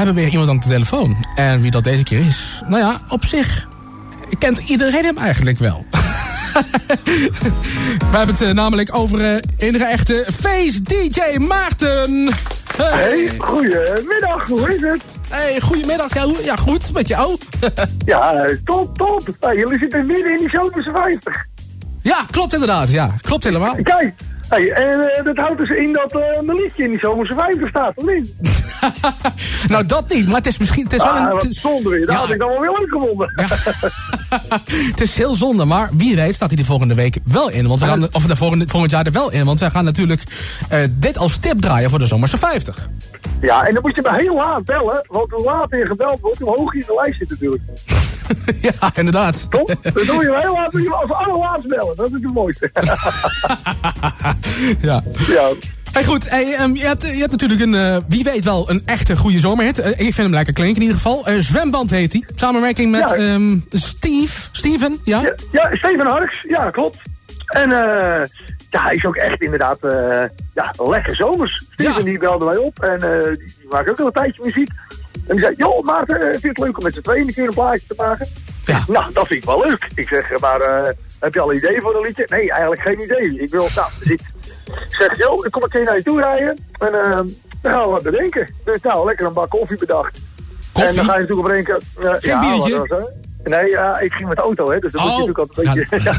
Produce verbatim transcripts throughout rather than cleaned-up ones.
hebben weer iemand aan de telefoon. En wie dat deze keer is, nou ja, op zich kent iedereen hem eigenlijk wel. We hebben het uh, namelijk over uh, enige echte feest-D J Maarten. Hey. Hey, goedemiddag, hoe is het? Hey, goedemiddag. Ja, ja goed, met jou. Ja, top, top. Hey, jullie zitten midden in die zomerse vijftig. Ja, klopt inderdaad. Ja, klopt helemaal. Kijk, hey, en uh, dat houdt dus in dat uh, mijn liedje in die zomerse vijftig staat, of niet? Nou, dat niet, maar het is misschien... Het is ah, wel een, wat zonde weer. Dat ja. had ik dan wel weer leuk gevonden. Ja. Het is heel zonde, maar wie weet staat hij de volgende week wel in. Want we gaan, of de volgende, volgend jaar er wel in. Want wij gaan natuurlijk uh, dit als tip draaien voor de zomerse vijftig. Ja, en dan moet je maar heel laat bellen. Want hoe later je gebeld wordt, hoe hoger je in de lijst zit natuurlijk. Ja, inderdaad. Top? Dan doe je heel laat, doe je als allerlaatst bellen. Dat is het mooiste. Ja. Ja. Hey, goed, hey, um, je, hebt, je hebt natuurlijk een, uh, wie weet wel, een echte goede zomerhit. Uh, ik vind hem lekker klinken in ieder geval. Uh, Zwemband heet hij. Samenwerking met ja. um, Steve. Steven, ja? Ja, ja Steven Harks. Ja, klopt. En uh, ja, hij is ook echt inderdaad uh, ja, lekker zomers. Steven ja. die belde mij op en uh, die, die maakt ook al een tijdje muziek. En die zei, joh Maarten, uh, vind je het leuk om met z'n tweeën een keer een plaatje te maken? Ja. Nou, dat vind ik wel leuk. Ik zeg, maar uh, heb je al een idee voor een liedje? Nee, eigenlijk geen idee. Ik wil, nou, zit... Ik zeg, joh, ik kom een keer naar je toe rijden en uh, dan gaan we wat bedenken. Dus nou, lekker een bak koffie bedacht. Koffie? En dan ga je natuurlijk bedenken... Uh, Geen ja, biertje? Wat was, nee, uh, ik ging met de auto, hè, dus dat oh. moet je natuurlijk altijd een beetje...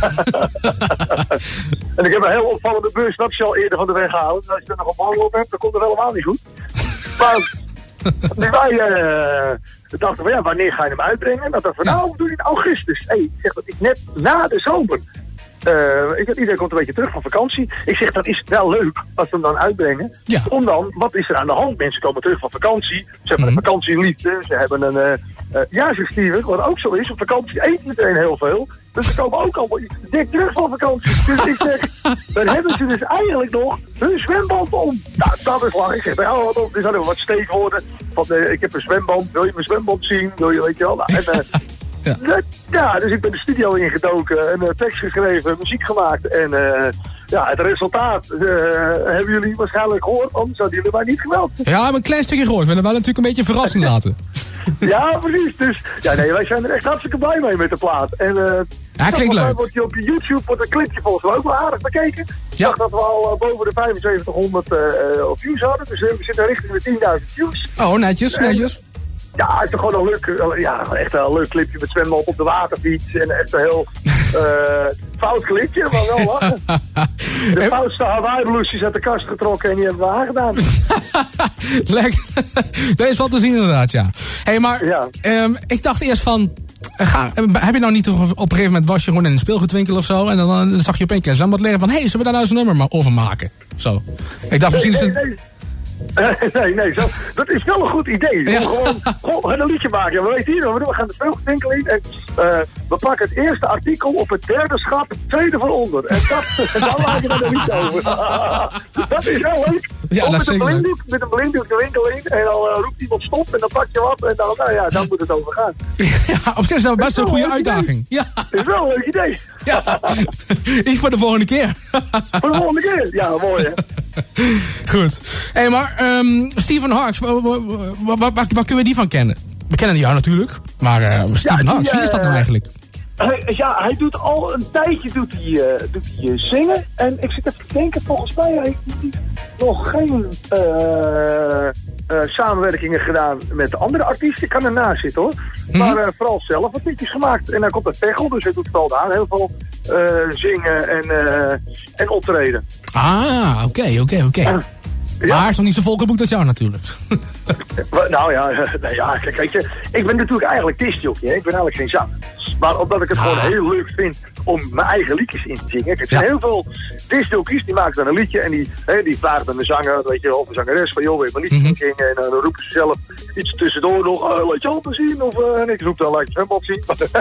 Ja. En ik heb een heel opvallende bus, snap je, al eerder van de weg gehouden. Als je er nog een wandel op hebt, dan komt het helemaal niet goed. Maar dus wij uh, dachten van, ja, wanneer ga je hem uitbrengen? Dat dacht van, nou, we doen het in augustus. Hé, hey, ik zeg, dat is net na de zomer. Uh, ik, iedereen komt een beetje terug van vakantie. Ik zeg, dat is wel leuk als we hem dan uitbrengen. Ja. Om dan, wat is er aan de hand? Mensen komen terug van vakantie. Ze hebben mm-hmm. een vakantieliefde. Ze hebben een... Uh, uh, ja, zegt Steven, wat ook zo is. Op vakantie eet meteen heel veel. Dus ze komen ook allemaal dik terug van vakantie. Dus ik zeg, dan hebben ze dus eigenlijk nog hun zwemband om. Nou, dat is lang. Ik zeg, nou, wat op. Er zijn ook wat steekwoorden. Van, uh, ik heb een zwemband. Wil je mijn zwemband zien? Wil je, weet je wel? Nou, en, uh, Ja. ja, dus ik ben de studio ingedoken en uh, tekst geschreven, muziek gemaakt en uh, ja, het resultaat uh, hebben jullie waarschijnlijk gehoord, anders hadden jullie mij niet gemeld. Ja, we hebben een klein stukje gehoord, we willen wel natuurlijk een beetje een verrassing laten. Ja, precies. Dus ja, nee, wij zijn er echt hartstikke blij mee met de plaat. En uh, ja, klinkt leuk. Wordt je op je YouTube wordt een clipje volgens mij ook wel aardig bekeken. Ik ja. dacht dat we al uh, boven de vijfenzeventighonderd uh, uh, views hadden, dus uh, we zitten richting de tienduizend views. Oh, netjes, netjes. En, ja, het is toch gewoon een leuk, ja, echt een leuk clipje met zwembad op de waterfiets. En echt een heel uh, fout clipje, maar wel lachen. De foutste Hawaii-bloesjes uit de kast getrokken en die hebben we aangedaan. Lekker. Dat is wat te zien inderdaad, ja. Hé, hey, maar ja. um, ik dacht eerst van... Ga, heb je nou niet op een gegeven moment was je gewoon in een speelgoedwinkel of zo... en dan, dan zag je op één keer zwembad liggen van... hé, hey, zullen we daar nou eens een nummer over maken? Zo. Ik dacht misschien... Nee, is het... nee, nee. Uh, nee, nee, zo, dat is wel een goed idee. Ja. Om gewoon, gewoon een liedje maken. Ja, we weten hier wat we doen. We gaan de speelgoedwinkel in en uh, we pakken het eerste artikel op het derde schap, het tweede van onder. En dat, en dan maken we er een liedje over. Dat is wel leuk. Ja, met, een blinddoek, met een blinddoek de winkel in en dan uh, roept iemand stop en dan pak je wat en dan, nou ja, dan moet het over gaan. Ja, op zich is dat best een goede uitdaging. Ja. Dat is wel een leuk idee. Ja. Iets voor de volgende keer. Voor de volgende keer? Ja, mooi hè. Goed. Hé, hey, maar um, Steven Harks, waar, waar, waar, waar, waar kunnen we die van kennen? We kennen jou natuurlijk, maar uh, Steven ja, Harks, wie is dat nou eigenlijk? Hij, ja, hij doet al een tijdje doet hij, uh, doet hij uh, zingen. En ik zit even te denken, volgens mij heeft hij nog geen uh, uh, samenwerkingen gedaan met andere artiesten. Ik kan ernaast zitten hoor. Mm-hmm. Maar uh, vooral zelf wat liedjes gemaakt. En hij komt uit Veghel, dus hij doet vooral daar heel veel uh, zingen en, uh, en optreden. Ah, oké, okay, oké, okay, oké. Okay. Ja. Maar hij is nog niet zo vol geboekt als jou natuurlijk. Nou ja, nou ja kijk, kijk, ik ben natuurlijk eigenlijk discjockey, ik ben eigenlijk geen zanger. Maar omdat ik het ah. gewoon heel leuk vind om mijn eigen liedjes in te zingen. Kijk, er zijn ja. heel veel discjockeys die maken dan een liedje en die, hè, die vragen dan de zanger, weet je, of een zangeres van joh, wil je mijn liedje mm-hmm. zingen? En dan roepen ze zelf iets tussendoor nog, uh, laat je handen zien of uh, en ik roep dan laat je zwembad zien.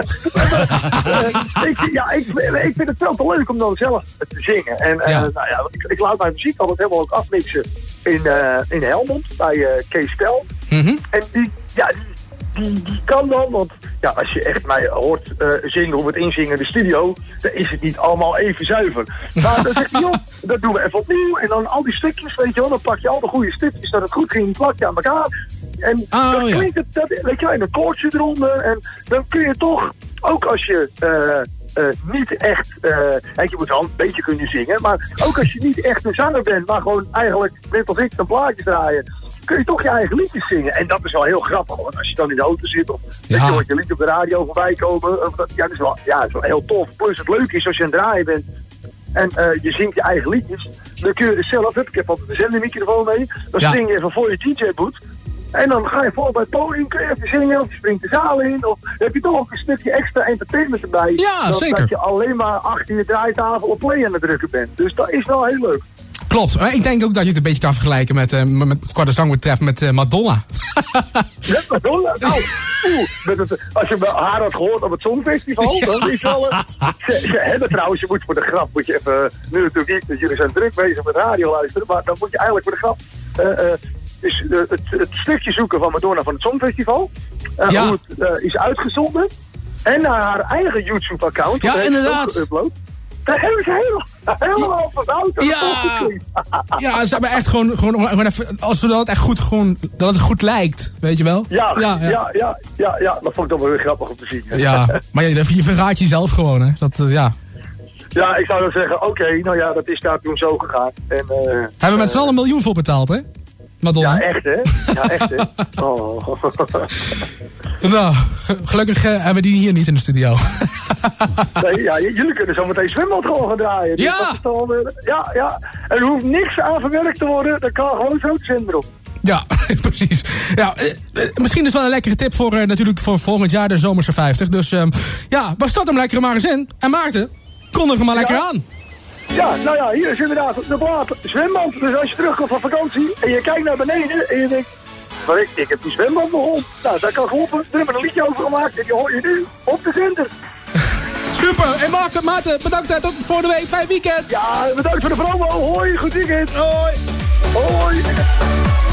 ik, ja, ik, ik vind het veel te leuk om dan zelf te zingen. En uh, ja. nou ja, ik, ik laat mijn muziek altijd helemaal ook afmixen in, uh, in Helmond bij uh, Kees Stel. Mm-hmm. En die, ja, die Die, die kan dan, want ja, als je echt mij hoort uh, zingen hoe we het inzingen in de studio, dan is het niet allemaal even zuiver. Maar dan zegt hij, joh, dat doen we even opnieuw. En dan al die stukjes, weet je wel, dan pak je al de goede stukjes, dat het goed ging, plak je aan elkaar. En oh, dan ja. klinkt het, dat, weet je wel, een koortje eronder. En dan kun je toch, ook als je uh, uh, niet echt, uh, je moet wel een beetje kunnen zingen, maar ook als je niet echt een zanger bent, maar gewoon eigenlijk, net als ik, een plaatje draaien, kun je toch je eigen liedjes zingen. En dat is wel heel grappig, want als je dan in de auto zit, of ja. je hoort je lied op de radio voorbij komen, of dat, ja, dat is wel, ja, dat is wel heel tof. Plus het leuke is, als je aan het draaien bent, en uh, je zingt je eigen liedjes, dan kun je er zelf, ik heb altijd de zendermicrofoon mee, dan ja. zing je even voor je D J-boot. En dan ga je voor bij het podium, kun je even zingen, of je springt de zaal in, of heb je toch ook een stukje extra entertainment erbij. Ja, dat, zeker. Dat je alleen maar achter je draaitafel op play aan het drukken bent. Dus dat is wel heel leuk. Klopt. Ik denk ook dat je het een beetje kan vergelijken met, uh, met qua de zang betreft, met uh, Madonna. Met Madonna? Nou, oeh, met het, als je haar had gehoord op het Songfestival, dan is wel... Uh, ze, ze hebben trouwens, je moet voor de grap, moet je even... Nu natuurlijk niet, dat jullie zijn druk bezig met radio luisteren, maar dan moet je eigenlijk voor de grap... Uh, uh, dus uh, het, het stukje zoeken van Madonna van het Songfestival. Uh, ja. Hoe het uh, is uitgezonden. En naar haar eigen YouTube-account. Ja, inderdaad. Daar hebben ze helemaal, helemaal van ja. ja, ze hebben echt gewoon, gewoon, gewoon even, als zodat het echt goed, gewoon, dat het goed lijkt, weet je wel? Ja, ja, ja, ja, ja, ja, ja. Dat vond ik toch wel weer grappig om te zien. Ja, maar je, je verraadt jezelf gewoon, hè? Dat, uh, ja. Ja, ik zou dan zeggen, oké, okay, nou ja, dat is daar toen zo gegaan. En, uh, hebben we met z'n allen een miljoen voor betaald, hè? Madonna. Ja, echt, hè? Ja, echt, hè? Oh. Nou, gelukkig uh, hebben we die hier niet in de studio. Nee, ja, j- jullie kunnen zo meteen zwembad gewoon gaan draaien. Ja! Dus dan, uh, ja, ja. En er hoeft niks aan verwerkt te worden. Dat kan gewoon zo te zenden erop. Ja, precies. Ja, uh, uh, misschien is wel een lekkere tip voor uh, natuurlijk voor volgend jaar de Zomerse vijftig. Dus uh, ja, maar start hem lekker maar eens in. En Maarten, kondig hem maar lekker ja. aan. Ja, nou ja, hier is inderdaad de plaat zwembad. Dus als je terugkomt van vakantie en je kijkt naar beneden en je denkt... Maar ik, ik heb die zwembad begonnen. Nou, dat kan geholpen. Er hebben we een liedje over gemaakt en die hoor je nu op de zender. Super. En Maarten, Maarten, bedankt tot volgende week. Fijn weekend. Ja, bedankt voor de promo. Hoi, goed weekend. Hoi. Hoi.